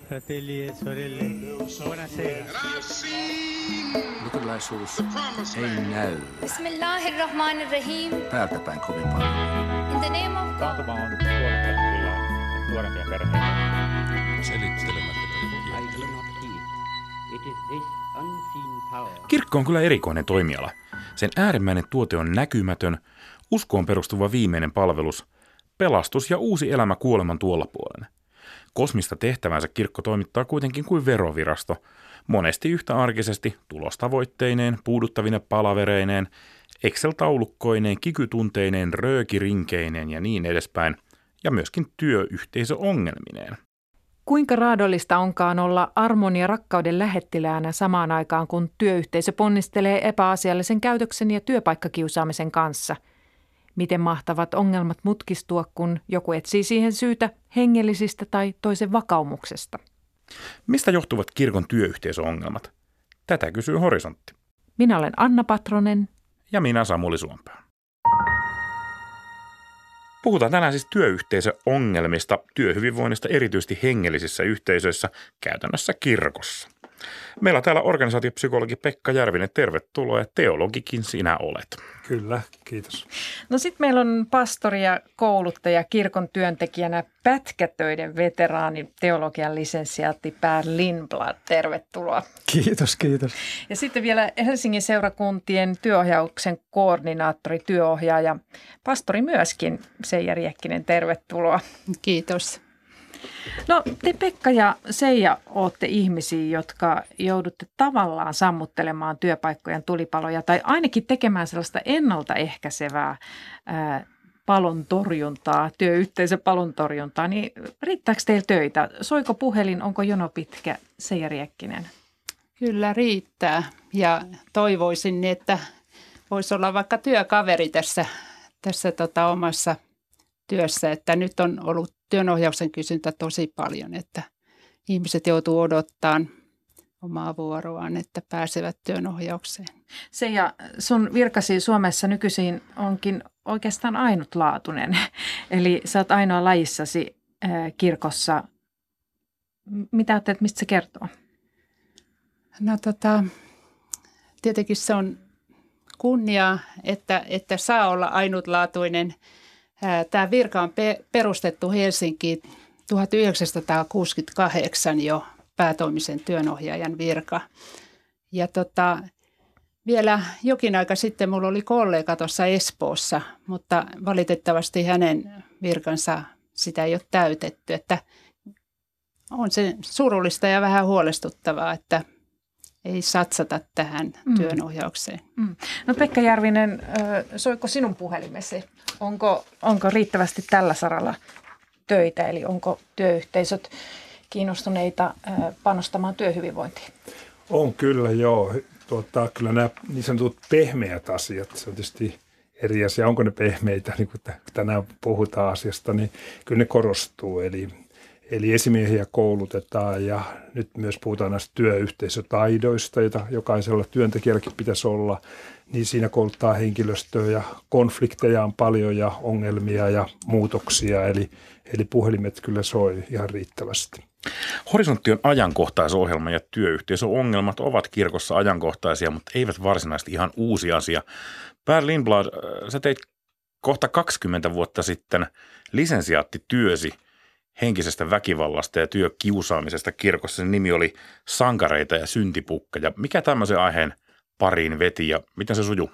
Fratelli e sorelle, buonasera. Luterilaisuus ei näy Bismillahirrahmanirrahim. päältäpäin kovin paljon. In the name of God. Taantuma on tuonut kyllä nuorempia perheitä. Selittelemättä Kirkko on kyllä erikoinen toimiala. Sen äärimmäinen tuote on näkymätön, uskoon perustuva viimeinen palvelus, pelastus ja uusi elämä kuoleman tuolla puolen. Kosmista tehtävänsä kirkko toimittaa kuitenkin kuin verovirasto, monesti yhtä arkisesti tulostavoitteineen, puuduttavine palavereineen, Excel-taulukkoineen, kikytunteineen, röökirinkeineen ja niin edespäin, ja myöskin työyhteisöongelmineen. Kuinka raadollista onkaan olla armon ja rakkauden lähettiläänä samaan aikaan, kun työyhteisö ponnistelee epäasiallisen käytöksen ja työpaikkakiusaamisen kanssa? Miten mahtavat ongelmat mutkistua, kun joku etsii siihen syytä hengellisistä tai toisen vakaumuksesta? Mistä johtuvat kirkon työyhteisöongelmat? Tätä kysyy Horisontti. Minä olen Anna Patronen. Ja minä Samuli Suompää. Puhutaan tänään siis työyhteisöongelmista, työhyvinvoinnista erityisesti hengellisissä yhteisöissä, käytännössä kirkossa. Meillä on täällä organisaatiopsykologi Pekka Järvinen. Tervetuloa ja teologikin sinä olet. Kyllä, kiitos. No sitten meillä on pastori ja kouluttaja kirkon työntekijänä pätkätöiden veteraani, teologian lisensiaatti Per Lindblad. Tervetuloa. Kiitos, kiitos. Ja sitten vielä Helsingin seurakuntien työohjauksen koordinaattori, työohjaaja, pastori myöskin, Seija Riekkinen. Tervetuloa. Kiitos. No te Pekka ja Seija olette ihmisiä, jotka joudutte tavallaan sammuttelemaan työpaikkojen tulipaloja tai ainakin tekemään sellaista ennaltaehkäisevää palon torjuntaa, työyhteisöpalon torjuntaa. Niin riittääkö teillä töitä? Soiko puhelin, onko jono pitkä? Seija Riekkinen. Kyllä riittää ja toivoisin, että voisi olla vaikka työkaveri tässä omassa työssä, että nyt on ollut työnohjauksen kysyntä tosi paljon, että ihmiset joutuu odottamaan omaa vuoroaan, että pääsevät työnohjaukseen. Seija, sun virkasi Suomessa nykyisin onkin oikeastaan ainutlaatuinen, eli sä oot ainoa lajissasi kirkossa. Mitä ajattelet, mistä se kertoo? No tietenkin se on kunnia, että saa olla ainutlaatuinen. Tämä virka on perustettu Helsinkiin 1968 jo, päätoimisen työnohjaajan virka. Ja vielä jokin aika sitten minulla oli kollega tuossa Espoossa, mutta valitettavasti hänen virkansa sitä ei ole täytetty. Että on se surullista ja vähän huolestuttavaa, että ei satsata tähän työnohjaukseen. No Pekka Järvinen, soiko sinun puhelimesi? Onko riittävästi tällä saralla töitä, eli onko työyhteisöt kiinnostuneita panostamaan työhyvinvointiin? On kyllä, joo. Kyllä nämä niin sanotut pehmeät asiat, se on tietysti eri asia. Onko ne pehmeitä, niin kun tänään puhutaan asiasta, niin kyllä ne korostuu. Eli esimiehiä koulutetaan ja nyt myös puhutaan näistä työyhteisötaidoista, joita jokaisella työntekijälläkin pitäisi olla. Niin siinä kouluttaa henkilöstöä ja konflikteja on paljon ja ongelmia ja muutoksia. Eli puhelimet kyllä soi ihan riittävästi. Horisontti on ajankohtaisohjelma ja työyhteisöongelmat ovat kirkossa ajankohtaisia, mutta eivät varsinaisesti ihan uusi asia. Per Lindblad, sä teit kohta 20 vuotta sitten lisensiaattityösi henkisestä väkivallasta ja työkiusaamisesta kirkossa. Sen nimi oli Sankareita ja syntipukkeja. Mikä tämmöisen aiheen pariin veti ja miten se sujuu?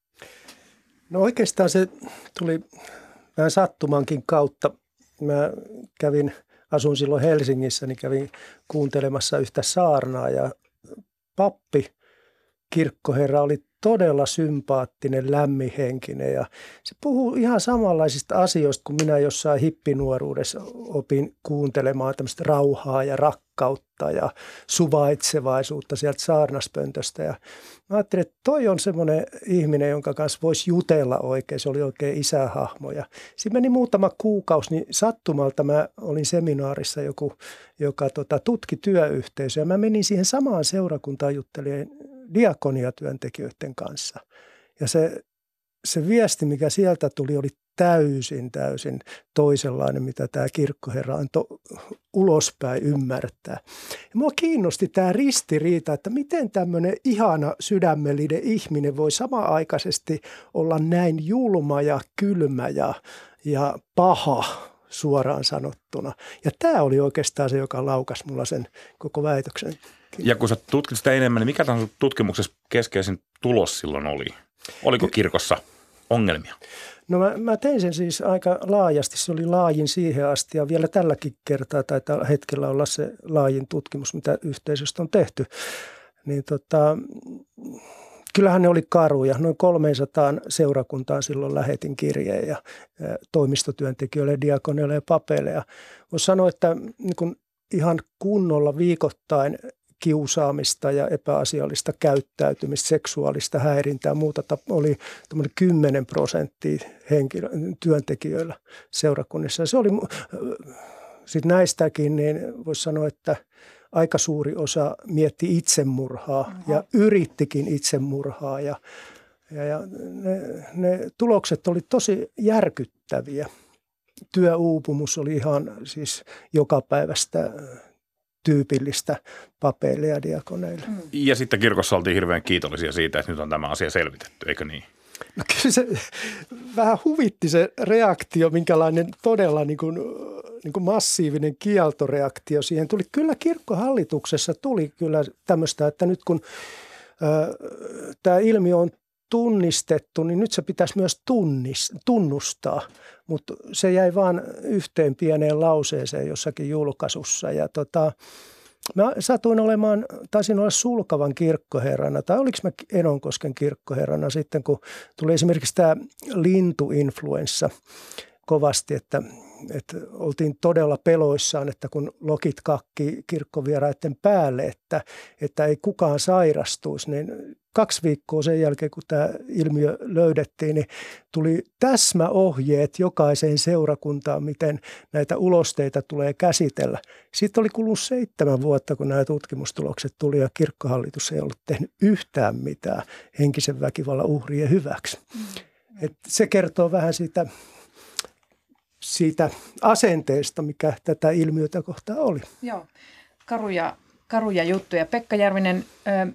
No oikeastaan se tuli vähän sattumankin kautta. Mä asuin silloin Helsingissä, niin kävin kuuntelemassa yhtä saarnaa ja pappi, kirkkoherra oli todella sympaattinen, lämminhenkinen ja se puhuu ihan samanlaisista asioista kuin minä jossain hippinuoruudessa opin kuuntelemaan tämmöistä rauhaa ja rakkautta ja suvaitsevaisuutta sieltä saarnaspöntöstä. Ja mä ajattelin, että toi on semmoinen ihminen, jonka kanssa voisi jutella oikein. Se oli oikein isähahmo. Ja siinä meni muutama kuukausi, niin sattumalta mä olin seminaarissa joka tutki työyhteisöä. Ja mä menin siihen samaan seurakuntaan juttelemaan diakoniatyöntekijöiden kanssa. Ja se viesti, mikä sieltä tuli, oli täysin toisenlainen, mitä tämä kirkkoherra antoi ulospäin ymmärtää. Ja mua kiinnosti tämä ristiriita, että miten tämmöinen ihana sydämellinen ihminen voi samanaikaisesti olla näin julma ja kylmä ja paha suoraan sanottuna. Ja tämä oli oikeastaan se, joka laukasi mulla sen koko väitöksen. Ja kun sä tutkit sitä enemmän, niin mikä tämän tutkimuksessa keskeisin tulos silloin oli? Oliko kirkossa ongelmia? No mä tein sen siis aika laajasti. Se oli laajin siihen asti ja vielä tälläkin kertaa taitaa hetkellä olla se laajin tutkimus, mitä yhteisöstä on tehty. Niin kyllähän ne oli karuja. Noin 300 seurakuntaan silloin lähetin kirjeen ja toimistotyöntekijöille, diakoneille ja papeille. Ja voisi sanoa, että niin kun ihan kunnolla viikoittain kiusaamista ja epäasiallista käyttäytymistä, seksuaalista häirintää ja muuta oli 10% työntekijöillä seurakunnissa. Ja se oli sitten näistäkin, niin voisi sanoa, että aika suuri osa mietti itsemurhaa ja yrittikin itsemurhaa ja ne tulokset oli tosi järkyttäviä. Työuupumus oli ihan siis jokapäiväistä tyypillistä papeille ja diakoneille. Ja sitten kirkossa oltiin hirveän kiitollisia siitä, että nyt on tämä asia selvitetty, eikö niin? No kyllä se vähän huvitti se reaktio, minkälainen todella niin kuin massiivinen kieltoreaktio siihen tuli. Kyllä kirkkohallituksessa tuli kyllä tämmöistä, että nyt kun tämä ilmiö on tunnistettu, niin nyt se pitäisi myös tunnustaa, mutta se jäi vaan yhteen pieneen lauseeseen jossakin julkaisussa ja mä taisin olla Sulkavan kirkkoherrana tai oliko mä Enonkosken kirkkoherrana sitten, kun tuli esimerkiksi tämä lintuinfluenssa kovasti, että oltiin todella peloissaan, että kun lokit kakki kirkkovieraiden päälle, että ei kukaan sairastuisi, niin 2 viikkoa sen jälkeen, kun tämä ilmiö löydettiin, niin tuli täsmäohjeet jokaiseen seurakuntaan, miten näitä ulosteita tulee käsitellä. Sitten oli kulunut 7 vuotta, kun nämä tutkimustulokset tuli ja kirkkohallitus ei ollut tehnyt yhtään mitään henkisen väkivallan uhrien hyväksi. Se kertoo vähän siitä asenteesta, mikä tätä ilmiötä kohtaan oli. Joo, karuja juttuja. Pekka Järvinen,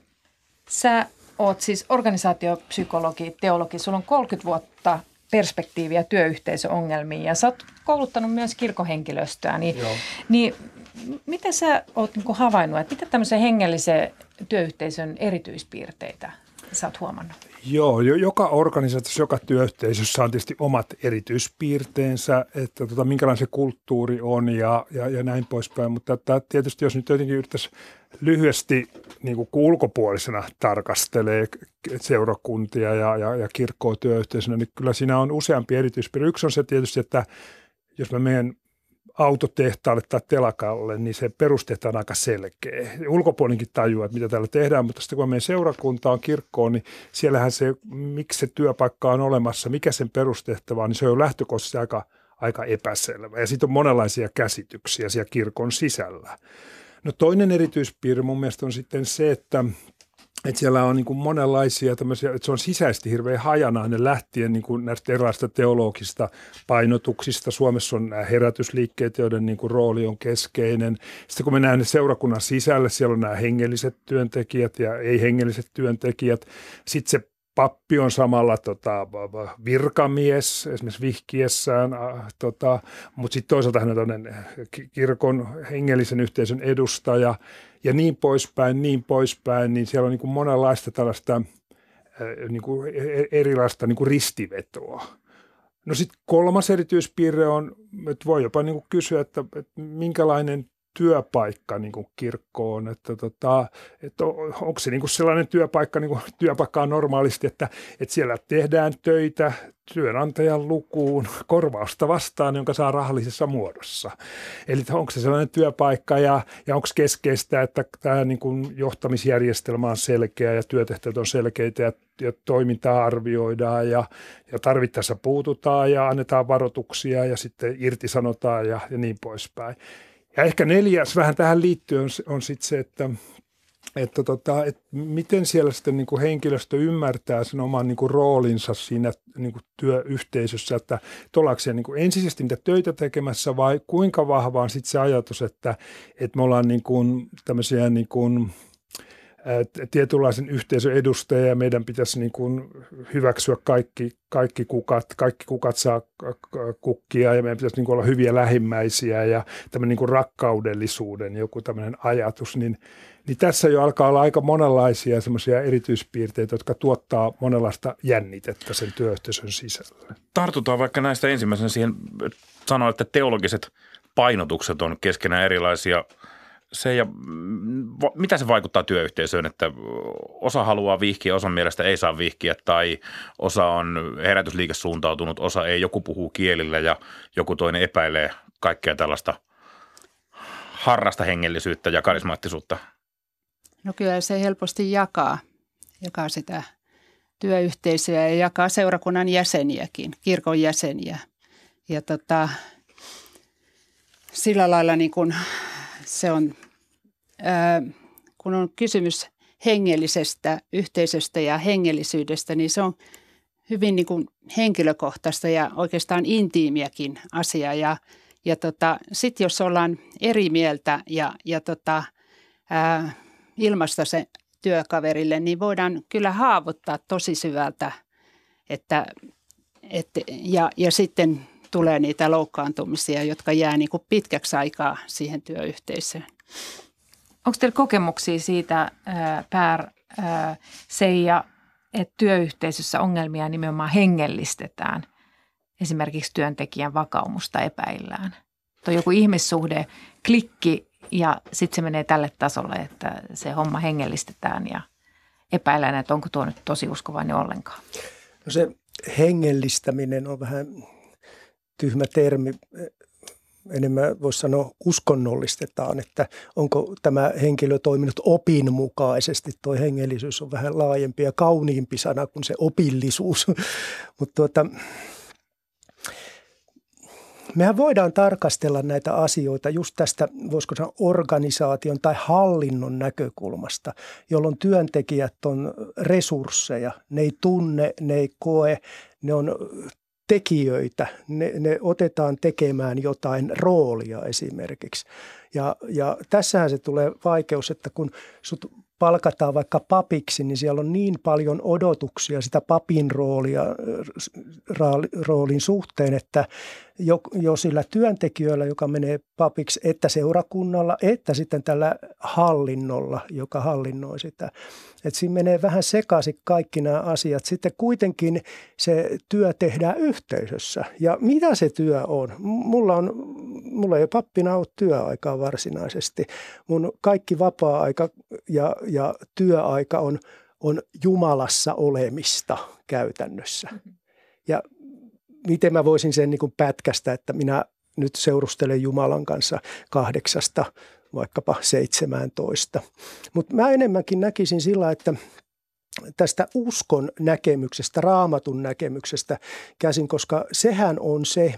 sä oot siis organisaatiopsykologi, teologi. Sulla on 30 vuotta perspektiiviä työyhteisöongelmiin ja sä oot kouluttanut myös kirkkohenkilöstöä. Niin mitä sä oot havainnut, että mitä tämmöisen hengellisen työyhteisön erityispiirteitä sä oot huomannut? Joo, joka organisaatiossa, joka työyhteisössä on tietysti omat erityispiirteensä, että minkälainen se kulttuuri on ja näin poispäin. Mutta tietysti jos nyt jotenkin yrittäisi lyhyesti niin kuin ulkopuolisena tarkastelee seurakuntia ja kirkkoa työyhteisönä, niin kyllä siinä on useampi erityispiirre. Yksi on se tietysti, että jos mä menen autotehtaalle tai telakalle, niin se perustehtävä on aika selkeä. Ulkopuolinenkin tajuaa, että mitä täällä tehdään, mutta sitten kun meidän seurakuntaan, kirkkoon, niin siellähän se, miksi se työpaikka on olemassa, mikä sen perustehtävä on, niin se on jo lähtökohtaisesti aika epäselvä. Ja sitten on monenlaisia käsityksiä siellä kirkon sisällä. No toinen erityispiirre mun mielestä on sitten se, että siellä on niin kuin monenlaisia tämmöisiä, että se on sisäisesti hirveän hajanainen lähtien niin kuin näistä erilaisista teologista painotuksista. Suomessa on nämä herätysliikkeet, joiden niin kuin rooli on keskeinen. Sitten kun mennään seurakunnan sisälle, siellä on nämä hengelliset työntekijät ja ei-hengelliset työntekijät. Sitten se pappi on samalla virkamies, esimerkiksi vihkiessään, mutta sitten toisaalta hän on tämmöinen kirkon hengellisen yhteisön edustaja ja niin poispäin, niin siellä on niin kuin monenlaista tällaista niin kuin erilaista niin kuin ristivetoa. No sitten 3. erityispiirre on, että voi jopa niin kuin kysyä, että minkälainen työpaikka niin kuin kirkko on, että onko se niin kuin sellainen työpaikka, niin kuin työpaikka on normaalisti, että siellä tehdään töitä työnantajan lukuun korvausta vastaan, jonka saa rahallisessa muodossa. Eli onko se sellainen työpaikka ja onko keskeistä, että tämä niin kuin johtamisjärjestelmä on selkeä ja työtehtävät on selkeitä ja toimintaa arvioidaan ja tarvittaessa puututaan ja annetaan varoituksia ja sitten irtisanotaan ja niin poispäin. Ja ehkä 4. vähän tähän liittyen on sitten se, että että miten siellä sitten niin kuin henkilöstö ymmärtää sen oman niin kuin roolinsa siinä niin kuin työyhteisössä, että ollaanko siellä niin kuin ensisijaisesti niitä töitä tekemässä vai kuinka vahva on sitten se ajatus, että me ollaan niin kuin tämmöisiä niin kuin tietynlaisen yhteisön edustajia ja meidän pitäisi niin kuin hyväksyä kaikki kukat saa kukkia ja meidän pitäisi niin kuin olla hyviä lähimmäisiä ja tämmöinen niin kuin rakkaudellisuuden joku tämmöinen ajatus, niin tässä jo alkaa olla aika monenlaisia semmoisia erityispiirteitä, jotka tuottaa monenlaista jännitettä sen työyhteisön sisällä. Tartutaan vaikka näistä ensimmäisenä siihen, sanoin, että teologiset painotukset on keskenään erilaisia. Mitä se vaikuttaa työyhteisöön, että osa haluaa vihkiä, osan mielestä ei saa vihkiä tai osa on herätysliike suuntautunut, osa ei, joku puhuu kielillä ja joku toinen epäilee kaikkea tällaista harrasta hengellisyyttä ja karismaattisuutta? No kyllä se helposti jakaa sitä työyhteisöä ja jakaa seurakunnan jäseniäkin, kirkon jäseniä. Ja sillä lailla niin kuin se on, kun on kysymys hengellisestä yhteisöstä ja hengellisyydestä, niin se on hyvin niin kuin henkilökohtaista ja oikeastaan intiimiäkin asia. Ja sitten jos ollaan eri mieltä ja ilmaista se työkaverille, niin voidaan kyllä haavoittaa tosi syvältä, ja sitten tulee niitä loukkaantumisia, jotka jää niin kuin pitkäksi aikaa siihen työyhteisöön. Onko teillä kokemuksia siitä, Seija, että työyhteisössä ongelmia nimenomaan hengellistetään? Esimerkiksi työntekijän vakaumusta epäillään. Tuo joku ihmissuhde, klikki ja sitten se menee tälle tasolle, että se homma hengellistetään ja epäillään, että onko tuo nyt tosi uskovainen ollenkaan. No se hengellistäminen on vähän tyhmä termi. Enemmän voisi sanoa uskonnollistetaan, että onko tämä henkilö toiminut opinmukaisesti. Tuo hengellisyys on vähän laajempi ja kauniimpi sana kuin se opillisuus. Mutta mehän voidaan tarkastella näitä asioita just tästä, voisiko sanoa, organisaation tai hallinnon näkökulmasta, jolloin työntekijät on resursseja. Ne ei tunne, ne ei koe, ne on tekijöitä, ne otetaan tekemään jotain roolia esimerkiksi. Ja tässähän se tulee vaikeus, että kun sut palkataan vaikka papiksi, niin siellä on niin paljon odotuksia sitä papin roolin suhteen, että jo sillä työntekijöllä, joka menee papiksi, että seurakunnalla, että sitten tällä hallinnolla, joka hallinnoi sitä. Että siinä menee vähän sekaisin kaikki nämä asiat. Sitten kuitenkin se työ tehdään yhteisössä. Ja mitä se työ on? Mulla ei pappina ole työaikaa varsinaisesti. Mun kaikki vapaa-aika ja työaika on Jumalassa olemista käytännössä. Ja miten mä voisin sen niin kuin pätkästä, että minä nyt seurustelen Jumalan kanssa 8 vaikkapa 17. Mutta mä enemmänkin näkisin sillä, että tästä uskon näkemyksestä, raamatun näkemyksestä käsin, koska sehän on se,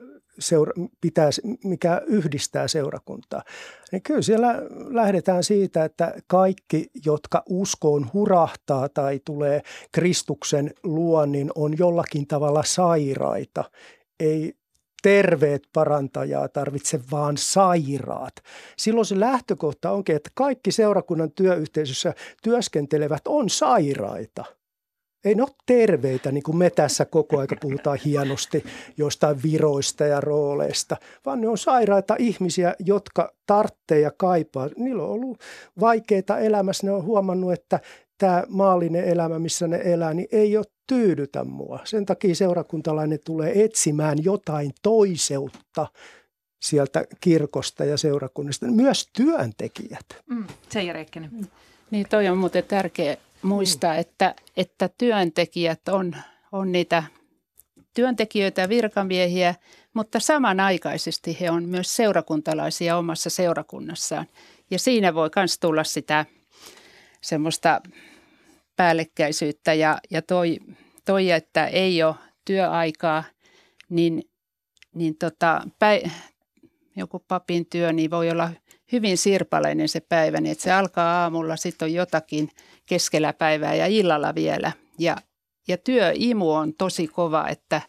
mikä yhdistää seurakuntaa. Niin kyllä siellä lähdetään siitä, että kaikki, jotka uskoon hurahtaa tai tulee Kristuksen luo, niin on jollakin tavalla sairaita. Ei terveet parantajaa tarvitse, vaan sairaat. Silloin se lähtökohta onkin, että kaikki seurakunnan työyhteisössä työskentelevät on sairaita. Ei ne ole terveitä, niin kuin me tässä koko aika puhutaan hienosti jostain viroista ja rooleista, vaan ne on sairaita ihmisiä, jotka tarvitsee ja kaipaa. Niillä on ollut vaikeita elämässä. Ne on huomannut, että tämä maallinen elämä, missä ne elää, niin ei ole tyydytä mua. Sen takia seurakuntalainen tulee etsimään jotain toiseutta sieltä kirkosta ja seurakunnasta. Myös työntekijät. Seija Reikkinen. Niin toi on muuten tärkeä muistaa, että työntekijät on niitä työntekijöitä ja virkamiehiä, mutta samanaikaisesti he on myös seurakuntalaisia omassa seurakunnassaan. Ja siinä voi myös tulla sitä semmoista päällekkäisyyttä ja toi, että ei ole työaikaa, niin joku papin työ niin voi olla hyvin sirpaleinen se päivä, niin että se alkaa aamulla, sitten on jotakin keskellä päivää ja illalla vielä. Ja työimu on tosi kova, että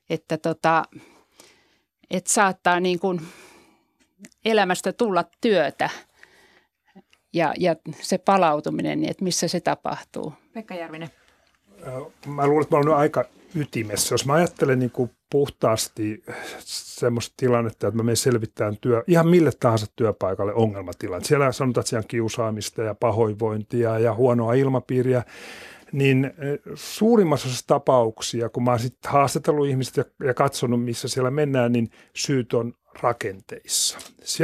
saattaa niin kuin elämästä tulla työtä ja se palautuminen, niin että missä se tapahtuu. Pekka Järvinen. Mä luulen, että mä olen aika ytimessä. Jos mä ajattelen niin kuin puhtaasti semmoista tilannetta, että mä menen selvittämään ihan mille tahansa työpaikalle ongelmatilan. Siellä sanotaan, että siellä on kiusaamista ja pahoinvointia ja huonoa ilmapiiriä. Niin suurimmassa osassa tapauksia, kun mä oon sitten haastatellut ihmiset ja katsonut, missä siellä mennään, niin syyt on rakenteissa.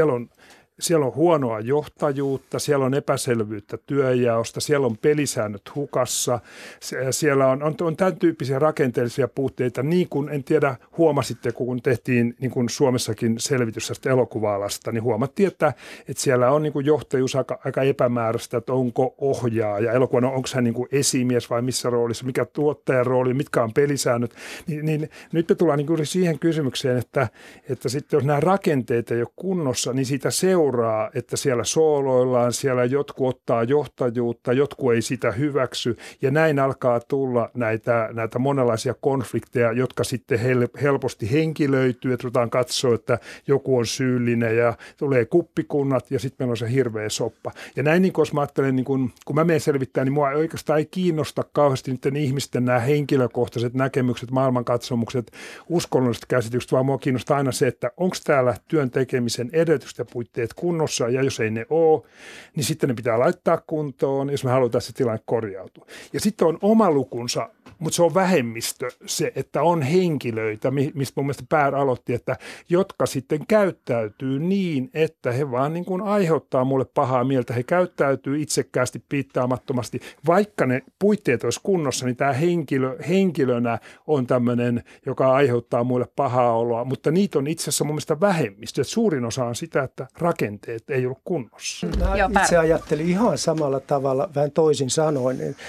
Siellä on huonoa johtajuutta, siellä on epäselvyyttä työjaosta, siellä on pelisäännöt hukassa, siellä on tämän tyyppisiä rakenteellisia puutteita, niin kuin en tiedä huomasitte, kun tehtiin niin kuin Suomessakin selvitys tästä elokuva-alasta, niin huomattiin, että siellä on niin kuin johtajuus aika epämääräistä, että onko ohjaaja, elokuvana onko hän niin kuin esimies vai missä roolissa, mikä tuottajan rooli, mitkä on pelisäännöt, niin nyt me tullaan niin kuin siihen kysymykseen, että sitten jos nämä rakenteet ei ole kunnossa, niin siitä seuraa, että siellä sooloillaan, siellä jotkut ottaa johtajuutta, jotkut ei sitä hyväksy ja näin alkaa tulla näitä monenlaisia konflikteja, jotka sitten helposti henkilöityy, että ruvetaan katsoa, että joku on syyllinen ja tulee kuppikunnat ja sitten meillä on se hirveä soppa. Ja näin niin kun mä ajattelen, niin kun mä menen selvittämään, niin mua oikeastaan ei kiinnosta kauheasti niiden ihmisten nämä henkilökohtaiset näkemykset, maailmankatsomukset, uskonnolliset käsitykset, vaan mua kiinnostaa aina se, että onko täällä työn tekemisen edellytysten puitteet kunnossa, ja jos ei ne ole, niin sitten ne pitää laittaa kuntoon, jos me halutaan se tilanne korjautua. Ja sitten on oma lukunsa, mutta se on vähemmistö se, että on henkilöitä, mistä mun mielestä Pär aloitti, että jotka sitten käyttäytyy niin, että he vaan niin kuin aiheuttaa mulle pahaa mieltä. He käyttäytyy itsekkäästi, piittaamattomasti. Vaikka ne puitteet olisi kunnossa, niin tämä henkilönä on tämmöinen, joka aiheuttaa mulle pahaa oloa, mutta niitä on itse asiassa mun mielestä vähemmistö. Et suurin osa on sitä, että rakenteet ei ollut kunnossa. Mä itse ajattelin ihan samalla tavalla, vähän toisin sanoen. Niin,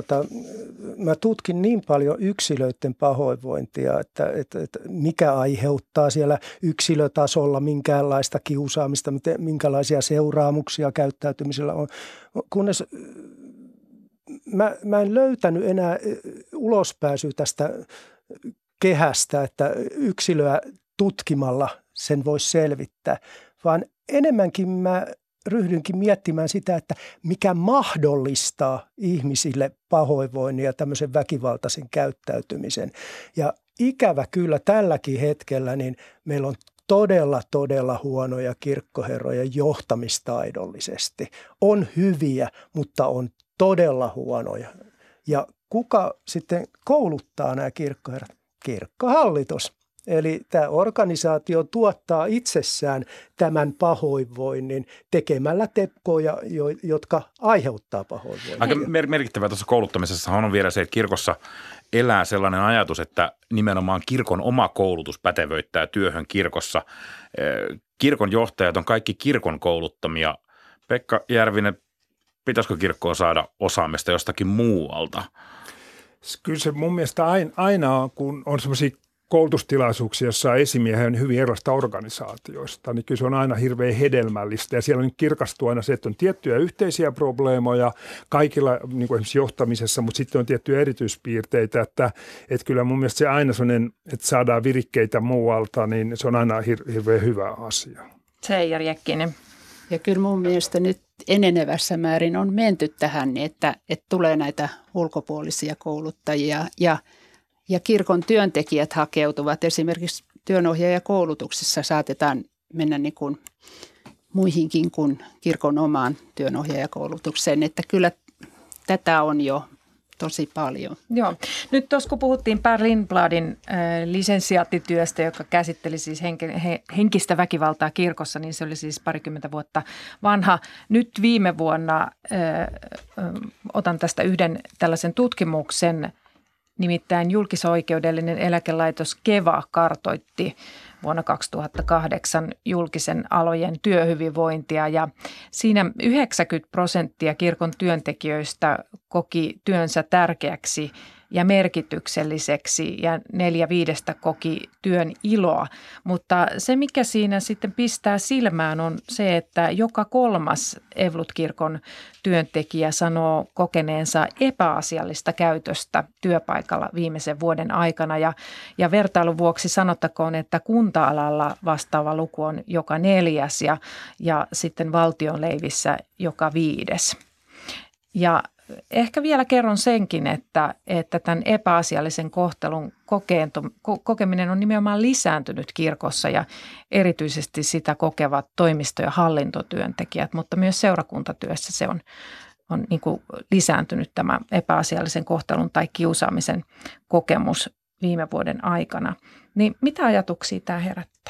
mä tutkin niin paljon yksilöiden pahoinvointia, että mikä aiheuttaa siellä yksilötasolla minkäänlaista kiusaamista, minkälaisia seuraamuksia käyttäytymisellä on. Kunnes mä en löytänyt enää ulospääsyä tästä kehästä, että yksilöä tutkimalla sen voisi selvittää, vaan enemmänkin mä ryhdynkin miettimään sitä, että mikä mahdollistaa ihmisille pahoinvoinnin ja tämmöisen väkivaltaisen käyttäytymisen. Ja ikävä kyllä tälläkin hetkellä niin meillä on todella huonoja kirkkoherroja johtamistaidollisesti. On hyviä, mutta on todella huonoja. Ja kuka sitten kouluttaa nämä kirkkoherrat? Kirkkohallitus. Eli tämä organisaatio tuottaa itsessään tämän pahoinvoinnin tekemällä tekoja, jotka aiheuttaa pahoinvoinnin. Aika merkittävää tuossa kouluttamisessa on vielä se, että kirkossa elää sellainen ajatus, että nimenomaan kirkon oma koulutus pätevöittää työhön kirkossa. Kirkon johtajat on kaikki kirkon kouluttamia. Pekka Järvinen, pitäisikö kirkkoa saada osaamista jostakin muualta? Kyllä se mun mielestä aina on, kun on sellaisia koulutustilaisuuksia, jossa esimiehiä on hyvin erilaisista organisaatioista, niin kyllä se on aina hirveän hedelmällistä. Ja siellä on kirkastuu aina se, että on tiettyjä yhteisiä probleemoja kaikilla niin kuin esimerkiksi johtamisessa, mutta sitten on tiettyjä erityispiirteitä, että kyllä mun mielestä se aina sellainen, että saadaan virikkeitä muualta, niin se on aina hirveän hyvä asia. Seija Riekkinen. Ja kyllä mun mielestä nyt enenevässä määrin on menty tähän, niin että tulee näitä ulkopuolisia kouluttajia ja kirkon työntekijät hakeutuvat. Esimerkiksi työnohjaajakoulutuksessa saatetaan mennä niin kuin muihinkin kuin kirkon omaan työnohjaajakoulutukseen, että kyllä tätä on jo tosi paljon. Joo. Nyt tuossa kun puhuttiin Pär Lindbladin lisensiaattityöstä, joka käsitteli siis henkistä väkivaltaa kirkossa, niin se oli siis 20 vuotta vanha. Nyt viime vuonna otan tästä yhden tällaisen tutkimuksen, nimittäin julkisoikeudellinen eläkelaitos Keva kartoitti vuonna 2008 julkisen alojen työhyvinvointia ja siinä 90% kirkon työntekijöistä koki työnsä tärkeäksi ja merkitykselliseksi ja 4/5 koki työn iloa. Mutta se, mikä siinä sitten pistää silmään, on se, että joka 3. Evolut-kirkon työntekijä sanoo kokeneensa epäasiallista käytöstä työpaikalla viimeisen vuoden aikana. Ja vertailun vuoksi sanottakoon, että kunta-alalla vastaava luku on joka 4. ja sitten valtion leivissä joka 5. Ja ehkä vielä kerron senkin, että tämän epäasiallisen kohtelun kokeminen on nimenomaan lisääntynyt kirkossa ja erityisesti sitä kokevat toimisto- ja hallintotyöntekijät, mutta myös seurakuntatyössä se on niin kuin lisääntynyt tämä epäasiallisen kohtelun tai kiusaamisen kokemus viime vuoden aikana. Niin mitä ajatuksia tämä herättää?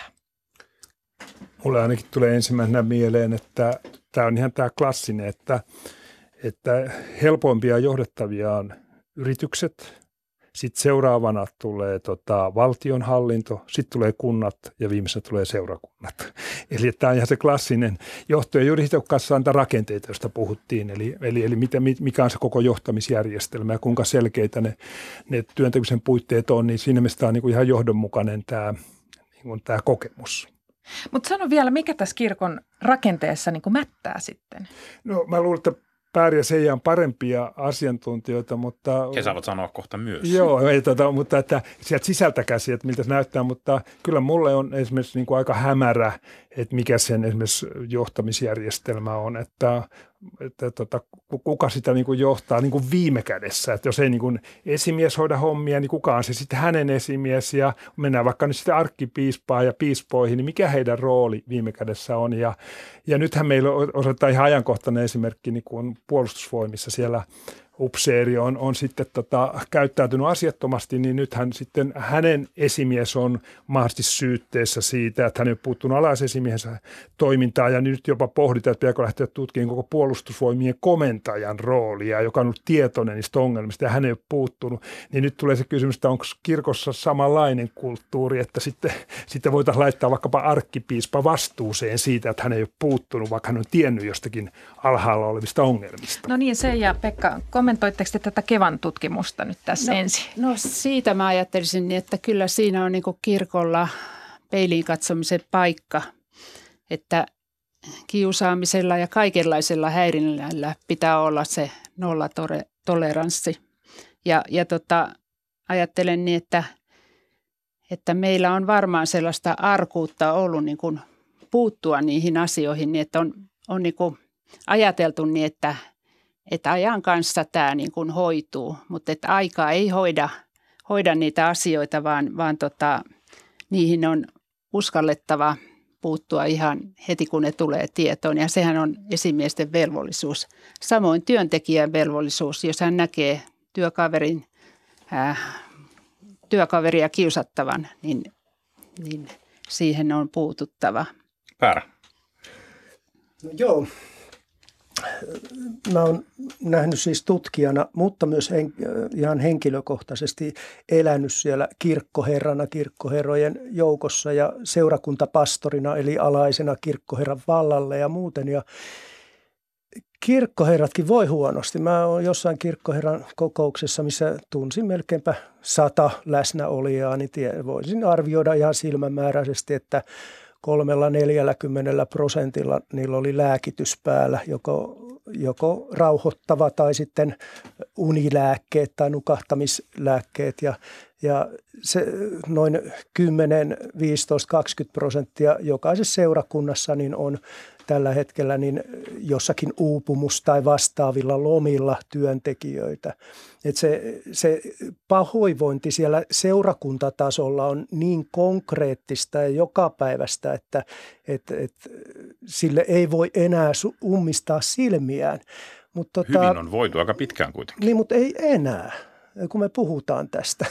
Mulle ainakin tulee ensimmäisenä mieleen, että tämä on ihan tämä klassinen, että helpoimpia johdettavia on yritykset, sitten seuraavana tulee valtionhallinto, sitten tulee kunnat ja viimeisenä tulee seurakunnat. Eli tämä on ihan se klassinen johto- ja juuri hitokkaassa on rakenteita, joista puhuttiin, eli mikä on se koko johtamisjärjestelmä ja kuinka selkeitä ne työntekemisen puitteet on, niin siinä mielessä tämä on niin kuin ihan johdonmukainen tämä kokemus. Mutta sano vielä, mikä tässä kirkon rakenteessa niin kuin mättää sitten? No mä luulen, että Päär ja Seija on parempia asiantuntijoita, mutta... He saavat sanoa kohta myös. Joo, mutta että sieltä sisältä käsi, että miltä se näyttää, mutta kyllä mulle on esimerkiksi niin kuin aika hämärä, että mikä sen esimerkiksi johtamisjärjestelmä on, että kuka sitä niin kuin johtaa niin kuin viime kädessä, että jos ei niin kuin esimies hoida hommia, niin kuka on se sitten hänen esimies ja mennään vaikka nyt sitten arkkipiispaan ja piispoihin, niin mikä heidän rooli viime kädessä on ja nythän meillä osoittaa ihan ajankohtainen esimerkki niin kuin puolustusvoimissa siellä upseeri on sitten käyttäytynyt asiattomasti, niin nythän sitten hänen esimies on mahdollisesti syytteessä siitä, että hän ei puuttunut alaisesimiehensä toimintaan ja nyt jopa pohditaan, että pitääkö lähteä tutkimaan koko puolustusvoimien komentajan roolia, joka on ollut tietoinen niistä ongelmista ja hän ei ole puuttunut. Niin nyt tulee se kysymys, että onko kirkossa samanlainen kulttuuri, että sitten voitaisiin laittaa vaikkapa arkkipiispa vastuuseen siitä, että hän ei ole puuttunut, vaikka hän on tiennyt jostakin alhaalla olevista ongelmista. No niin, Seija, Pekka, kommentoitteko te tätä Kevan tutkimusta nyt tässä ensin? No siitä mä ajattelisin, että kyllä siinä on niin kuin kirkolla peiliin katsomisen paikka, että kiusaamisella ja kaikenlaisella häirinnällä pitää olla se nollatoleranssi. Ja ajattelen niin, että meillä on varmaan sellaista arkuutta ollut niin kuin puuttua niihin asioihin, niin että on niin kuin ajateltu niin, että ajan kanssa tämä niin kuin hoituu, mutta että aika ei hoida niitä asioita, vaan niihin on uskallettava puuttua ihan heti, kun ne tulee tietoon. Ja sehän on esimiesten velvollisuus. Samoin työntekijän velvollisuus, jos hän näkee työkaveria kiusattavan, niin siihen on puututtava. Päärä. No joo. Mä oon nähnyt siis tutkijana, mutta myös ihan henkilökohtaisesti elänyt siellä kirkkoherrana, kirkkoherrojen joukossa ja seurakuntapastorina, eli alaisena kirkkoherran vallalle ja muuten. Ja kirkkoherratkin voi huonosti. Mä oon jossain kirkkoherran kokouksessa, missä tunsin melkeinpä 100 läsnäolijaa, niin voisin arvioida ihan silmämääräisesti, että 30-40% niillä oli lääkitys päällä, joko rauhoittava tai sitten unilääkkeet tai nukahtamislääkkeet. Ja se noin 10, 15, 20% jokaisessa seurakunnassa niin on tällä hetkellä niin jossakin uupumus- tai vastaavilla lomilla työntekijöitä. Että se pahoinvointi siellä seurakuntatasolla on niin konkreettista ja jokapäiväistä, että sille ei voi enää ummistaa silmiään. Hyvin on voitu aika pitkään kuitenkin. Niin, mutta ei enää, kun me puhutaan tästä.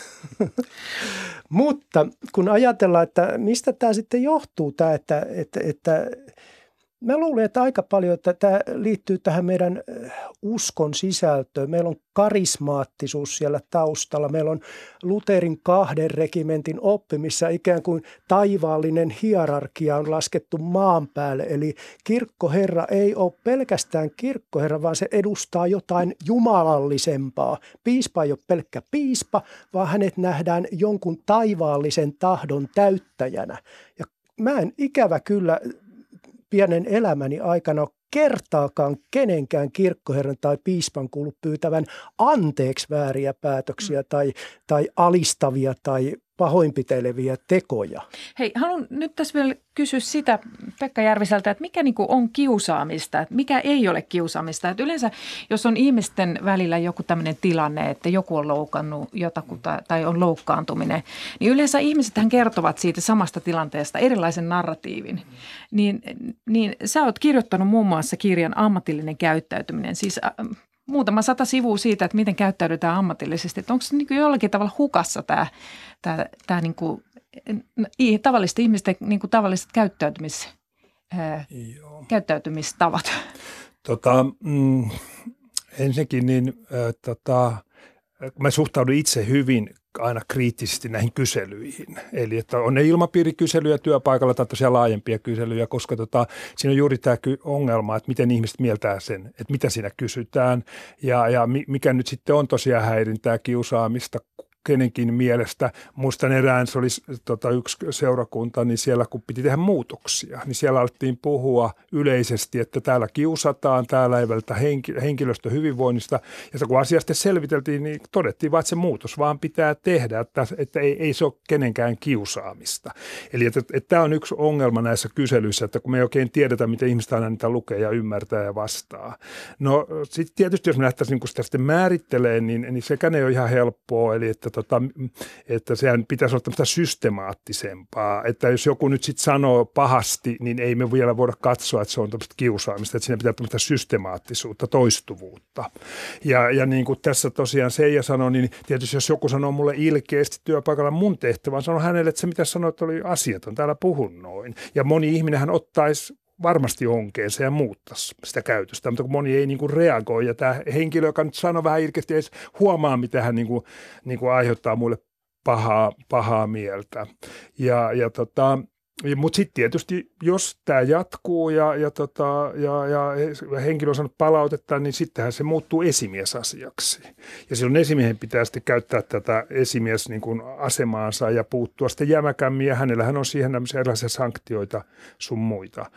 Mutta kun ajatellaan, että mistä tämä sitten johtuu, että Mä luulen, että aika paljon, että tämä liittyy tähän meidän uskon sisältöön. Meillä on karismaattisuus siellä taustalla. Meillä on Lutherin 2 regimentin oppi, missä ikään kuin taivaallinen hierarkia on laskettu maan päälle. Eli kirkkoherra ei ole pelkästään kirkkoherra, vaan se edustaa jotain jumalallisempaa. Piispa ei ole pelkkä piispa, vaan hänet nähdään jonkun taivaallisen tahdon täyttäjänä. Ja mä en ikävä kyllä pienen elämäni aikana kertaakaan kenenkään kirkkoherran tai piispan kuullut pyytävän anteeksi vääriä päätöksiä tai alistavia tai pahoinpiteleviä tekoja. Hei, haluan nyt tässä vielä kysyä sitä Pekka Järviseltä, että mikä niin kuin on kiusaamista, että mikä ei ole kiusaamista. Että yleensä, jos on ihmisten välillä joku tämmöinen tilanne, että joku on loukannut jotakuta tai on loukkaantuminen, niin yleensä ihmisethän kertovat siitä samasta tilanteesta erilaisen narratiivin. Niin sä oot kirjoittanut muun muassa kirjan Ammatillinen käyttäytyminen, siis muutama 100 sivua siitä, että miten käyttäydytään ammatillisesti. Että onko se niin kuin jollakin tavalla hukassa tämä niin kuin tavallisten ihmisten niin kuin tavalliset käyttäytymistavat? Ensinnäkin mä suhtaudun itse hyvin aina kriittisesti näihin kyselyihin. Eli että on ne ilmapiirikyselyjä työpaikalla tai tosiaan laajempia kyselyjä, koska siinä on juuri tämä ongelma, että miten ihmiset mieltää sen, että mitä siinä kysytään ja mikä nyt sitten on tosiaan häirintää, kiusaamista kenenkin mielestä. Muistan erään, se oli yksi seurakunta, niin siellä kun piti tehdä muutoksia, niin siellä alettiin puhua yleisesti, että täällä kiusataan, täällä ei välitä henkilöstön hyvinvoinnista. Ja kun asiasta selviteltiin, niin todettiin vaan, että se muutos vaan pitää tehdä, että ei se ole kenenkään kiusaamista. Eli että tämä on yksi ongelma näissä kyselyissä, että kun me ei oikein tiedetä, miten ihmiset aina niitä lukee ja ymmärtää ja vastaa. No sitten tietysti, jos me lähtäisiin sitä sitten määrittelemään, niin sekään ei ole ihan helppoa, eli että sehän pitäisi olla tämmöistä systemaattisempaa, että jos joku nyt sitten sanoo pahasti, niin ei me vielä voida katsoa, että se on tämmöistä kiusaamista, että siinä pitää tämmöistä systemaattisuutta, toistuvuutta. Ja niin kuin tässä tosiaan Seija sanoi, niin tietysti jos joku sanoo mulle ilkeästi työpaikalla mun tehtävän, sanon hänelle, että se mitä sanoit oli asiaton, täällä puhun noin. Ja moni ihminenhän ottaisi varmasti onkeensa ja muuttaisi sitä käytöstä, mutta kun moni ei niin kuin reagoi ja tämä henkilö, joka nyt sanoo vähän ilkeästi, ei huomaa, mitä hän niin kuin aiheuttaa muille pahaa mieltä. Mutta sitten tietysti, jos tämä jatkuu ja henkilö on saanut palautetta, niin sittenhän se muuttuu esimiesasiaksi. Ja silloin esimiehen pitää sitten käyttää tätä esimies niin kuin asemaansa ja puuttua sitten jämäkämmin, ja hänellähän on siihen erilaisia sanktioita sun muita.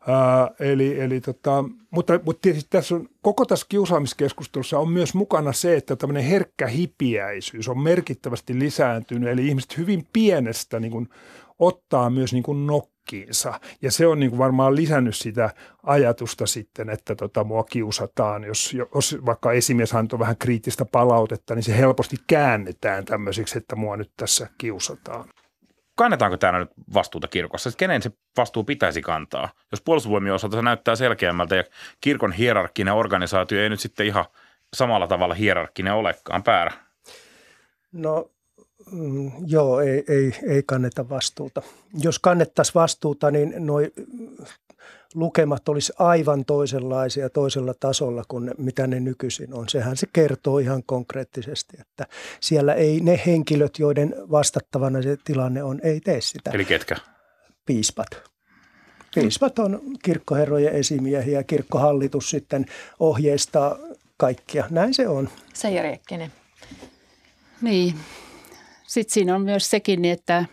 Mutta tietysti tässä on, koko tässä kiusaamiskeskustelussa on myös mukana se, että tämmöinen herkkä hipiäisyys on merkittävästi lisääntynyt, eli ihmiset hyvin pienestä niin kuin ottaa myös niin kuin nokkiinsa. Ja se on niin kuin varmaan lisännyt sitä ajatusta sitten, että mua kiusataan. Jos vaikka esimies antoi vähän kriittistä palautetta, niin se helposti käännetään tämmöiseksi, että mua nyt tässä kiusataan. Kannetaanko täällä nyt vastuuta kirkossa? Kenen se vastuu pitäisi kantaa? Jos puolustusvoimien osalta se näyttää selkeämmältä ja kirkon hierarkkinen organisaatio ei nyt sitten ihan samalla tavalla hierarkkinen olekaan Päärä. No joo, ei kanneta vastuuta. Jos kannettaisiin vastuuta, niin nuo lukemat olisi aivan toisenlaisia toisella tasolla kuin mitä ne nykyisin on. Sehän se kertoo ihan konkreettisesti, että siellä ei ne henkilöt, joiden vastattavana se tilanne on, ei tee sitä. Eli ketkä? Piispat. Piispat on kirkkoherrojen esimiehiä, kirkkohallitus sitten ohjeistaa kaikkia. Näin se on. Seija Riekkinen. Niin. Sitten siinä on myös sekin, että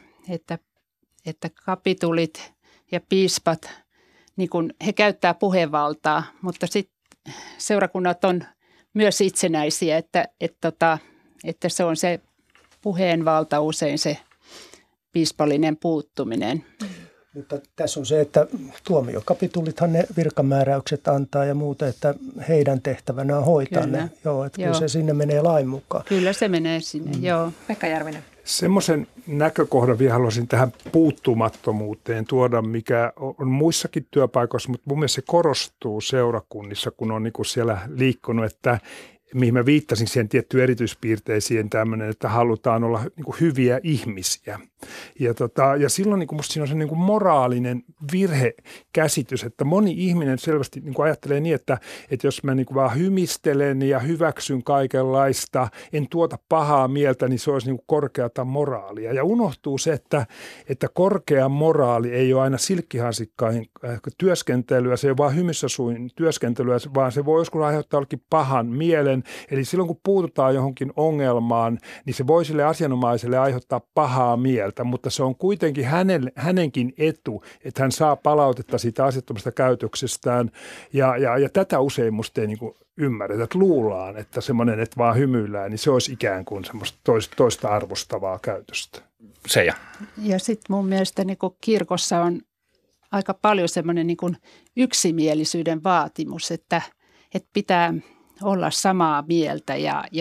kapitulit ja piispat, niin kun he käyttää puhevaltaa, mutta sitten seurakunnat on myös itsenäisiä, että se on se puheenvalta usein se piispallinen puuttuminen. Mutta tässä on se, että tuomiokapitulithan ne virkamääräykset antaa ja muuta, että heidän tehtävänä on hoitaa kyllä. ne. Joo, että kyllä se sinne menee lain mukaan. Kyllä se menee sinne, joo. Pekka Järvinen. Semmoisen näkökohdan vielä haluaisin tähän puuttumattomuuteen tuoda, mikä on muissakin työpaikoissa, mutta mun mielestä se korostuu seurakunnissa, kun on niin kuin siellä liikkunut, että mihin mä viittasin siihen tiettyyn erityispiirteisiin tämmöinen, että halutaan olla niin kuin hyviä ihmisiä. Ja silloin niin kuin musta siinä on se niin kuin moraalinen virhekäsitys, että moni ihminen selvästi niin kuin ajattelee niin, että jos mä niin kuin vaan hymistelen ja hyväksyn kaikenlaista, en tuota pahaa mieltä, niin se olisi niin kuin korkeata moraalia. Ja unohtuu se, että korkea moraali ei ole aina silkkihansikkain työskentelyä, se ei ole vaan hymyssä suin työskentelyä, vaan se voi joskus aiheuttaa jollekin pahan mielen. Eli silloin kun puututaan johonkin ongelmaan, niin se voi sille asianomaiselle aiheuttaa pahaa mieltä, mutta se on kuitenkin hänenkin etu, että hän saa palautetta siitä asiattomasta käytöksestään. Ja tätä usein musta ei niin kuin ymmärretä, että luullaan, että semmoinen, että vaan hymyillään, niin se olisi ikään kuin semmoista toista arvostavaa käytöstä. Seija. Ja sitten mun mielestä niin kuin kirkossa on aika paljon semmoinen niin kuin yksimielisyyden vaatimus, että pitää olla samaa mieltä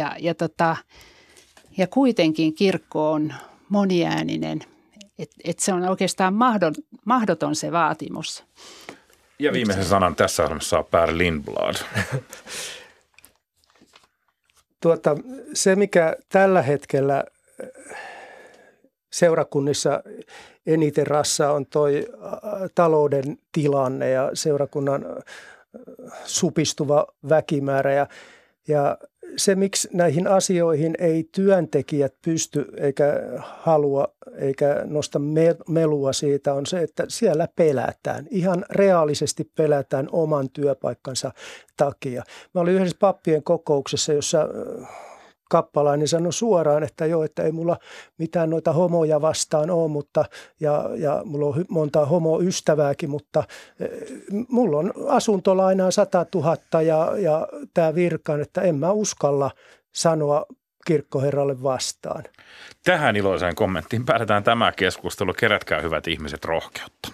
ja kuitenkin kirkko on moniääninen, että se on oikeastaan mahdoton se vaatimus. Ja viimeisen sanan tässä ohjelmassa saa Per Lindblad. Se, mikä tällä hetkellä seurakunnissa eniten rassaa, on toi talouden tilanne ja seurakunnan supistuva väkimäärä ja se, miksi näihin asioihin ei työntekijät pysty eikä halua eikä nosta melua siitä, on se, että siellä pelätään. Ihan reaalisesti pelätään oman työpaikkansa takia. Mä olin yhdessä pappien kokouksessa, jossa kappalainen sanoi suoraan, että joo, että ei mulla mitään noita homoja vastaan ole, mutta, ja mulla on monta homoystävääkin, mutta mulla on asuntolainaa 100 000 ja tämä virkaan, että en mä uskalla sanoa kirkkoherralle vastaan. Tähän iloiseen kommenttiin päätetään tämä keskustelu. Kerätkää hyvät ihmiset rohkeutta.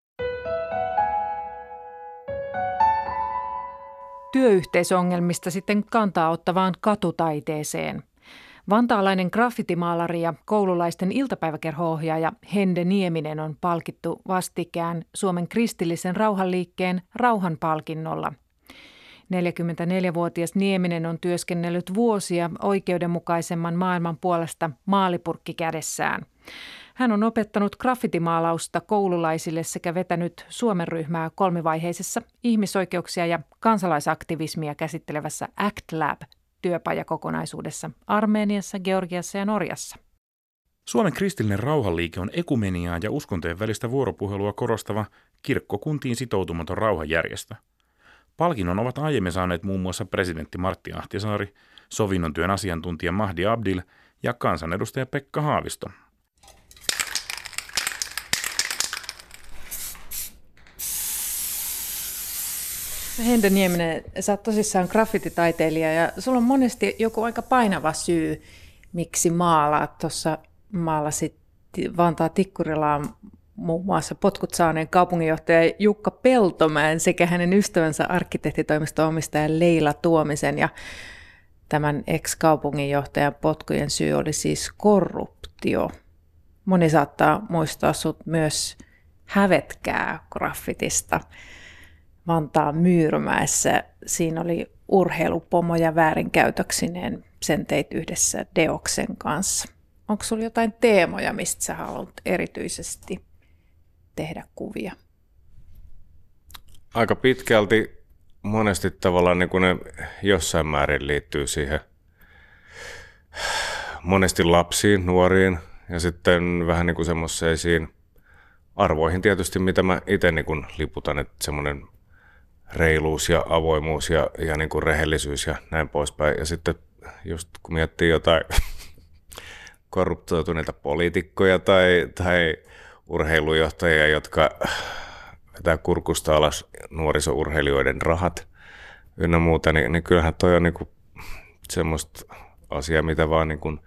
Työyhteisöongelmista sitten kantaa ottavaan katutaiteeseen. Vantaalainen graffitimaalari ja koululaisten iltapäiväkerho-ohjaaja Hende Nieminen on palkittu vastikään Suomen kristillisen rauhanliikkeen rauhanpalkinnolla. 44-vuotias Nieminen on työskennellyt vuosia oikeudenmukaisemman maailman puolesta maalipurkki kädessään. Hän on opettanut graffitimaalausta koululaisille sekä vetänyt Suomen ryhmää kolmivaiheisessa ihmisoikeuksia ja kansalaisaktivismia käsittelevässä ACT Lab-työpajakokonaisuudessa Armeniassa, Georgiassa ja Norjassa. Suomen kristillinen rauhanliike on ekumeniaa ja uskontojen välistä vuoropuhelua korostava kirkkokuntiin sitoutumaton rauhanjärjestö. Palkinnon ovat aiemmin saaneet muun muassa presidentti Martti Ahtisaari, sovinnon työn asiantuntija Mahdi Abdil ja kansanedustaja Pekka Haavisto. Hende Nieminen, sä oot tosissaan graffititaiteilija ja sulla on monesti joku aika painava syy, miksi maalaat. Tuossa maalasit Vantaa Tikkurilaan muun muassa potkut saaneen kaupunginjohtaja Jukka Peltomäen sekä hänen ystävänsä arkkitehtitoimiston omistaja Leila Tuomisen. Ja tämän ex-kaupunginjohtajan potkujen syy oli siis korruptio. Moni saattaa muistaa sut myös Hävetkää graffitista Vantaan Myyrmäessä. Siinä oli urheilupomo ja väärinkäytöksineen. Sen teit yhdessä Deoksen kanssa. Onko sulla jotain teemoja, mistä sä haluat erityisesti tehdä kuvia? Aika pitkälti monesti tavallaan niin kuin ne jossain määrin liittyy siihen monesti lapsiin, nuoriin ja sitten vähän niin kuin semmoisiin arvoihin tietysti, mitä mä itse niin kuin liputan, että semmoinen reiluus ja avoimuus ja niin kuin rehellisyys ja näin poispäin. Ja sitten just kun miettii jotain korruptoituneita poliitikkoja tai urheilujohtajia, jotka vetää kurkusta alas nuorisourheilijoiden rahat ynnä muuta, niin kyllähän toi on niin kuin semmoista asiaa, mitä vaan niin kuin,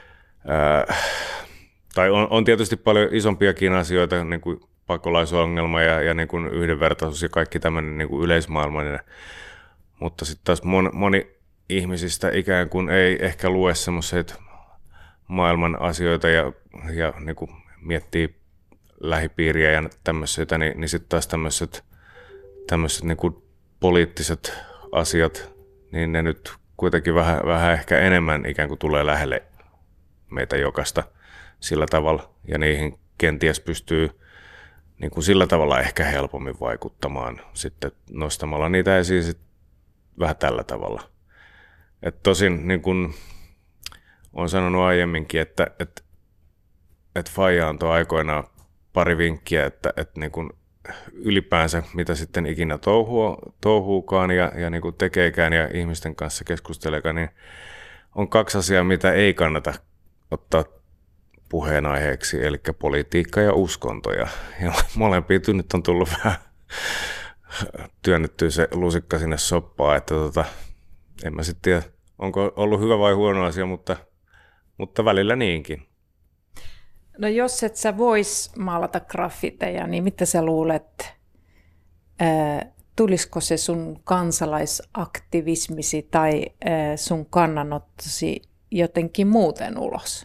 tai on tietysti paljon isompiakin asioita, niin kuin pakolaisongelma ja niin kuin yhdenvertaisuus ja kaikki tämmöinen niin kuin yleismaailmallinen, mutta sitten taas moni ihmisistä ikään kuin ei ehkä lue semmoiset maailman asioita ja niin kuin miettii lähipiiriä ja tämmöisiä, niin sitten taas tämmöiset niin kuin poliittiset asiat, niin ne nyt kuitenkin vähän ehkä enemmän ikään kuin tulee lähelle meitä jokaista sillä tavalla, ja niihin kenties pystyy niin kuin sillä tavalla ehkä helpommin vaikuttamaan sitten nostamalla niitä esiin sit vähän tällä tavalla. Et tosin niin kuin olen sanonut aiemminkin, että Faija antoi aikoinaan pari vinkkiä, että niin kuin ylipäänsä mitä sitten ikinä touhuukaan ja niin kuin tekeekään ja ihmisten kanssa keskusteleekaan, niin on 2 asiaa, mitä ei kannata ottaa puheenaiheeksi, eli politiikka ja uskonto. Ja molempiin nyt on tullut vähän työnnettyä se lusikka sinne soppaan, että en mä sitten tiedä, onko ollut hyvä vai huono asia, mutta välillä niinkin. No jos et sä vois maalata graffiteja, niin mitä sä luulet, tulisiko se sun kansalaisaktivismisi tai sun kannanottosi jotenkin muuten ulos?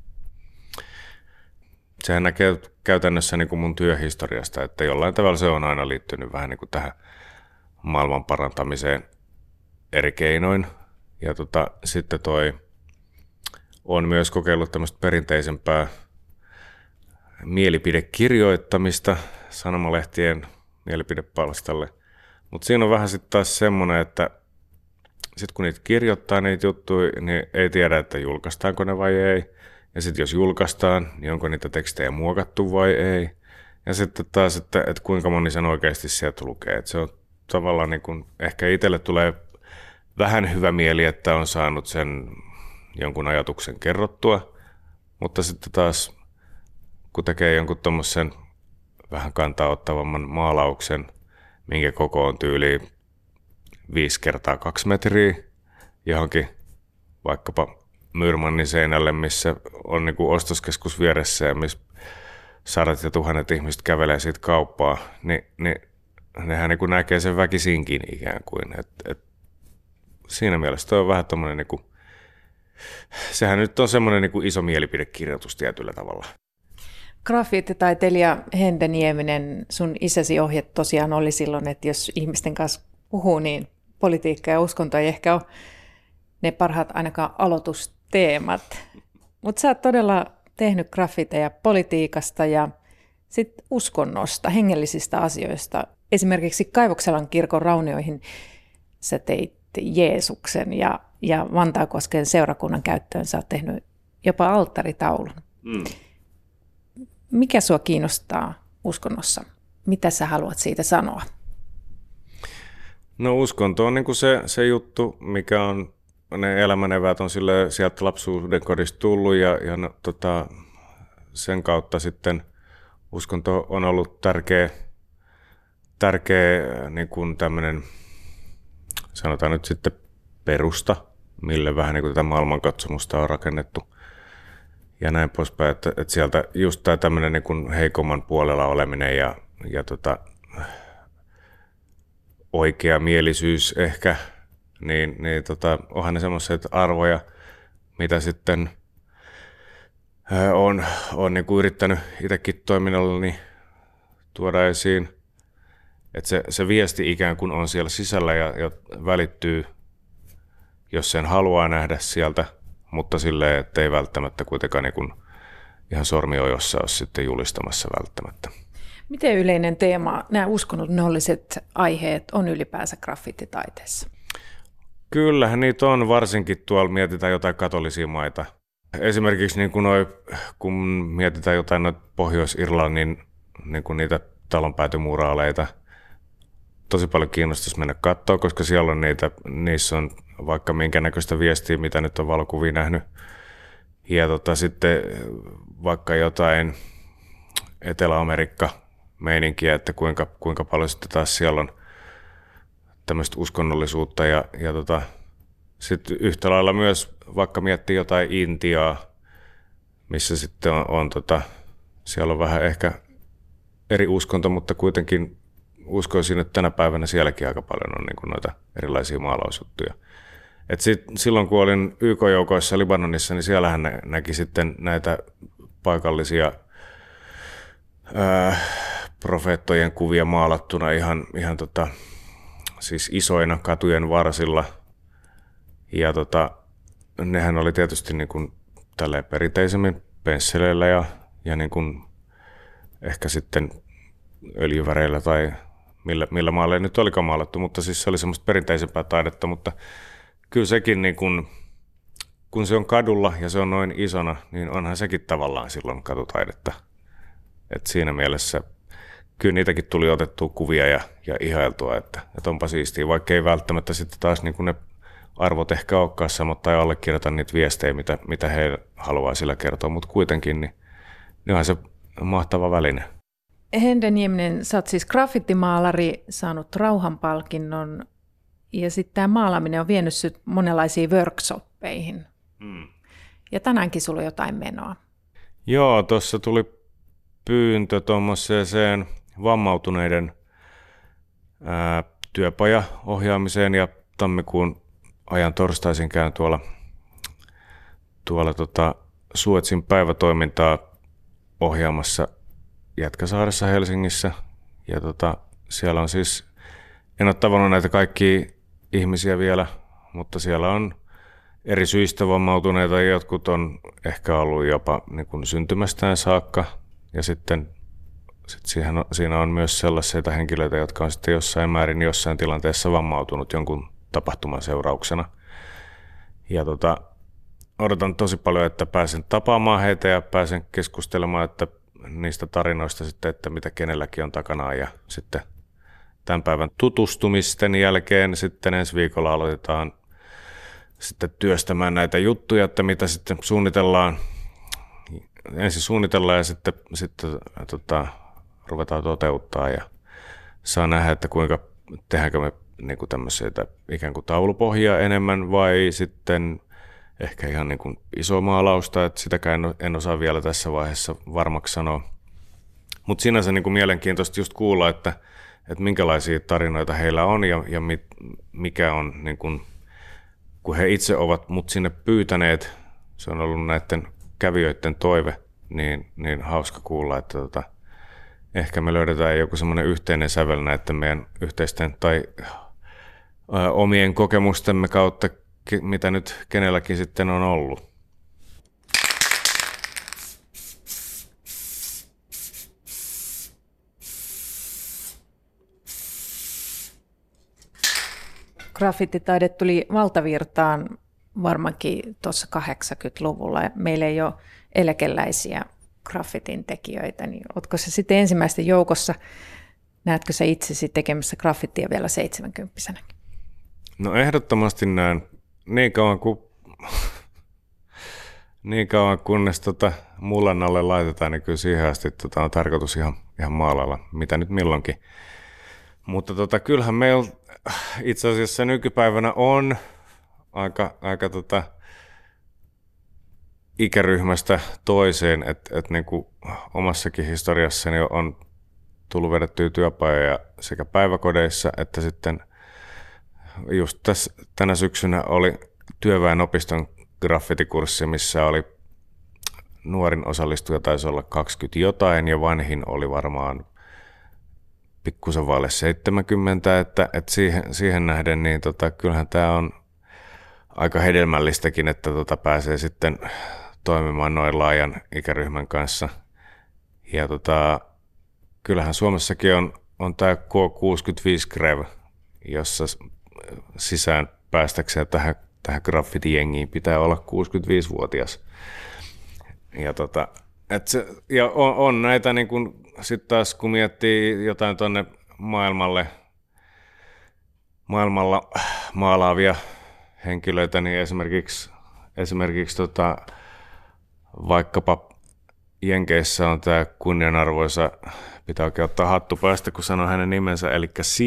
Sehän näkee käytännössä niin kuin mun työhistoriasta, että jollain tavalla se on aina liittynyt vähän niin kuin tähän maailman parantamiseen eri keinoin. Ja sitten on myös kokeillut tämmöistä perinteisempää mielipidekirjoittamista sanomalehtien mielipidepalstalle. Mutta siinä on vähän sitten taas semmoinen, että sitten kun niitä kirjoittaa niitä juttuja, niin ei tiedä, että julkaistaanko ne vai ei. Ja sitten jos julkaistaan, niin onko niitä tekstejä muokattu vai ei. Ja sitten taas, että kuinka moni sen oikeasti sieltä lukee. Et se on tavallaan niin kuin, ehkä itselle tulee vähän hyvä mieli, että on saanut sen jonkun ajatuksen kerrottua. Mutta sitten taas, kun tekee jonkun tommosen vähän kantaa ottavamman maalauksen, minkä koko on tyyliin 5 × 2 metriä johonkin vaikkapa Myyrmannin seinälle, missä on niin kuin ostoskeskus vieressä ja missä 100 ja 1000 ihmiset kävelee siitä kauppaa, niin nehän niin kuin näkee sen väkisinkin ikään kuin. Siinä mielessä toi on vähän tommoinen, niin kuin, sehän nyt on semmoinen niin kuin iso mielipidekirjoitus tietyllä tavalla. Graffititaiteilija Hende Nieminen, sun isäsi ohje tosiaan oli silloin, että jos ihmisten kanssa puhuu, niin politiikka ja uskonto ei ehkä ole ne parhaat ainakaan aloitusteemat. Mutta sä oot todella tehnyt graffiteja politiikasta ja sit uskonnosta, hengellisistä asioista. Esimerkiksi Kaivokselan kirkon raunioihin sä teit Jeesuksen ja Vantaankosken seurakunnan käyttöön sä oot tehnyt jopa alttaritaulun. Mikä sua kiinnostaa uskonnossa? Mitä sä haluat siitä sanoa? No uskonto on niin kuin se juttu, mikä on, ne elämäneväät on sieltä lapsuuden kodista tullut ja sen kautta sitten uskonto on ollut tärkeä niin kuin tämmöinen, sanotaan nyt sitten perusta, mille vähän niin kuin tätä maailmankatsomusta on rakennettu. Ja näin poispäin, että sieltä just tämä tämmöinen niin kuin heikomman puolella oleminen ja oikea mielisyys ehkä, niin onhan ne semmoiset arvoja, mitä sitten on niin kuin yrittänyt itsekin toiminnallani tuoda esiin. Että se viesti ikään kuin on siellä sisällä ja välittyy, jos sen haluaa nähdä sieltä, mutta silleen, että ei välttämättä kuitenkaan niin kuin ihan sormiojossa ole sitten julistamassa välttämättä. Miten yleinen teema nämä uskonnolliset aiheet on ylipäänsä graffititaiteessa? Kyllähän niitä on, varsinkin tuolla mietitään jotain katolisia maita. Esimerkiksi niin kuin kun mietitään jotain noita Pohjois-Irlannin niin kuin niitä talonpäätymuraaleita, tosi paljon kiinnostaisi mennä katsoa, koska siellä on niissä on vaikka minkä näköistä viestiä, mitä nyt on valokuvia nähnyt. Ja sitten vaikka jotain Etelä-Amerikka-meininkiä, että kuinka paljon sitten taas siellä on tämmöistä uskonnollisuutta. Ja sitten yhtä lailla myös vaikka miettii jotain Intiaa, missä sitten on siellä on vähän ehkä eri uskonto, mutta kuitenkin uskoisin, että tänä päivänä sielläkin aika paljon on niin kuin noita erilaisia maalausjuttuja. Et silloin kun olin YK-joukoissa Libanonissa, niin siellähän näki sitten näitä paikallisia profeettojen kuvia maalattuna ihan siis isoina katujen varsilla. Ja nehän oli tietysti niin kuin tälleen perinteisemmin pensseleillä ja niin kuin ehkä sitten öljyväreillä tai millä maalle nyt olikaan maalattu, mutta siis se oli semmoista perinteisempää taidetta, mutta kyllä sekin niin kun se on kadulla ja se on noin isona, niin onhan sekin tavallaan silloin katutaidetta. Et siinä mielessä kyllä niitäkin tuli otettua kuvia ja ihailtua, että onpa siistiä, vaikka ei välttämättä sitten taas niin kuin ne arvot ehkä olekaan samat tai allekirjoita niitä viestejä, mitä he haluaa sillä kertoa, mutta kuitenkin niin onhan se mahtava väline. Hende Nieminen, sä oot siis graffitimaalari, saanut rauhanpalkinnon ja sitten tämä maalaaminen on vienyt sut monenlaisiin workshoppeihin. Ja tänäänkin sulla on jotain menoa. Joo, tuossa tuli pyyntö tuommoiseen vammautuneiden työpajaohjaamiseen ja tammikuun ajan torstaisin käyn tuolla Suetsin päivätoimintaa ohjaamassa Jätkäsaaressa Helsingissä. Ja siellä on siis, en ole tavannut näitä kaikkia ihmisiä vielä, mutta siellä on eri syistä vammautuneita. Jotkut on ehkä ollut jopa niin kuin syntymästään saakka. Ja sitten siinä on myös sellaisia henkilöitä, jotka on sitten jossain määrin jossain tilanteessa vammautunut jonkun tapahtuman seurauksena. Ja odotan tosi paljon, että pääsen tapaamaan heitä ja pääsen keskustelemaan että niistä tarinoista sitten, että mitä kenelläkin on takanaan. Ja sitten tämän päivän tutustumisten jälkeen sitten ensi viikolla aloitetaan sitten työstämään näitä juttuja, että mitä sitten suunnitellaan. Ensin suunnitellaan ja sitten ruvetaan toteuttaa ja saa nähdä, että kuinka tehdäänkö me niin kuin tämmöisiä ikään kuin taulupohjaa enemmän vai sitten ehkä ihan niin kuin iso maalausta, että sitäkään en osaa vielä tässä vaiheessa varmaksi sanoa. Mutta sinänsä niin kuin mielenkiintoista just kuulla, että minkälaisia tarinoita heillä on ja mikä on, niin kuin, kun he itse ovat mut sinne pyytäneet, se on ollut näiden kävijöiden toive, niin hauska kuulla, että ehkä me löydetään joku semmoinen yhteinen sävel näiden meidän yhteisten tai omien kokemustemme kautta, mitä nyt kenelläkin sitten on ollut. Graffititaide tuli valtavirtaan varmaankin tuossa 80-luvulla. Meillä ei ole eläkeläisiä graffitin tekijöitä, niin ootko se sitten ensimmäisten joukossa, näetkö sä itsesi tekemässä graffittia vielä 70-vuotiaana? No ehdottomasti näen niin kauan kunnes mullan alle laitetaan, niin kyllä siihen asti on tarkoitus ihan maalailla, mitä nyt milloinkin. Mutta kyllähän meillä itse asiassa nykypäivänä on aika ikäryhmästä toiseen, että niin kuin omassakin historiassani on tullut vedettyä työpajoja sekä päiväkodeissa että sitten just tänä syksynä oli työväenopiston graffitikurssi, missä oli nuorin osallistuja taisi olla 20 jotain ja vanhin oli varmaan pikkusen vaille 70, että siihen nähden niin kyllähän tämä on aika hedelmällistäkin, että pääsee sitten toimimaan noin laajan ikäryhmän kanssa. Ja kyllähän Suomessakin on tämä K65 Grev, jossa sisään päästäkseen tähän graffiti-jengiin pitää olla 65-vuotias. Ja on näitä niin kun sitten taas kun miettii jotain tuonne maailmalla maalaavia henkilöitä, niin esimerkiksi vaikkapa Jenkeissä on tämä kunnianarvoisa, pitää oikein ottaa hattu päästä, kun sanon hänen nimensä, eli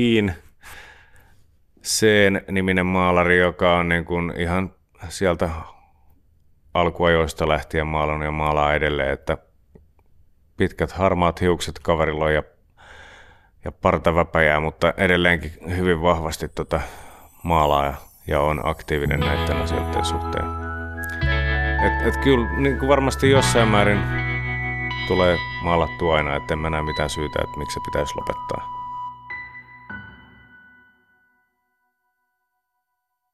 Seen-niminen maalari, joka on niin kuin ihan sieltä alkuajoista lähtien maalannut ja maalaa edelleen, että pitkät harmaat hiukset kaverilla ja partaväpäjää, mutta edelleenkin hyvin vahvasti maalaa ja on aktiivinen näiden asioiden suhteen. Et kyllä niin kuin varmasti jossain määrin tulee maalattua aina, että en mä näe mitään syytä, että miksi se pitäisi lopettaa.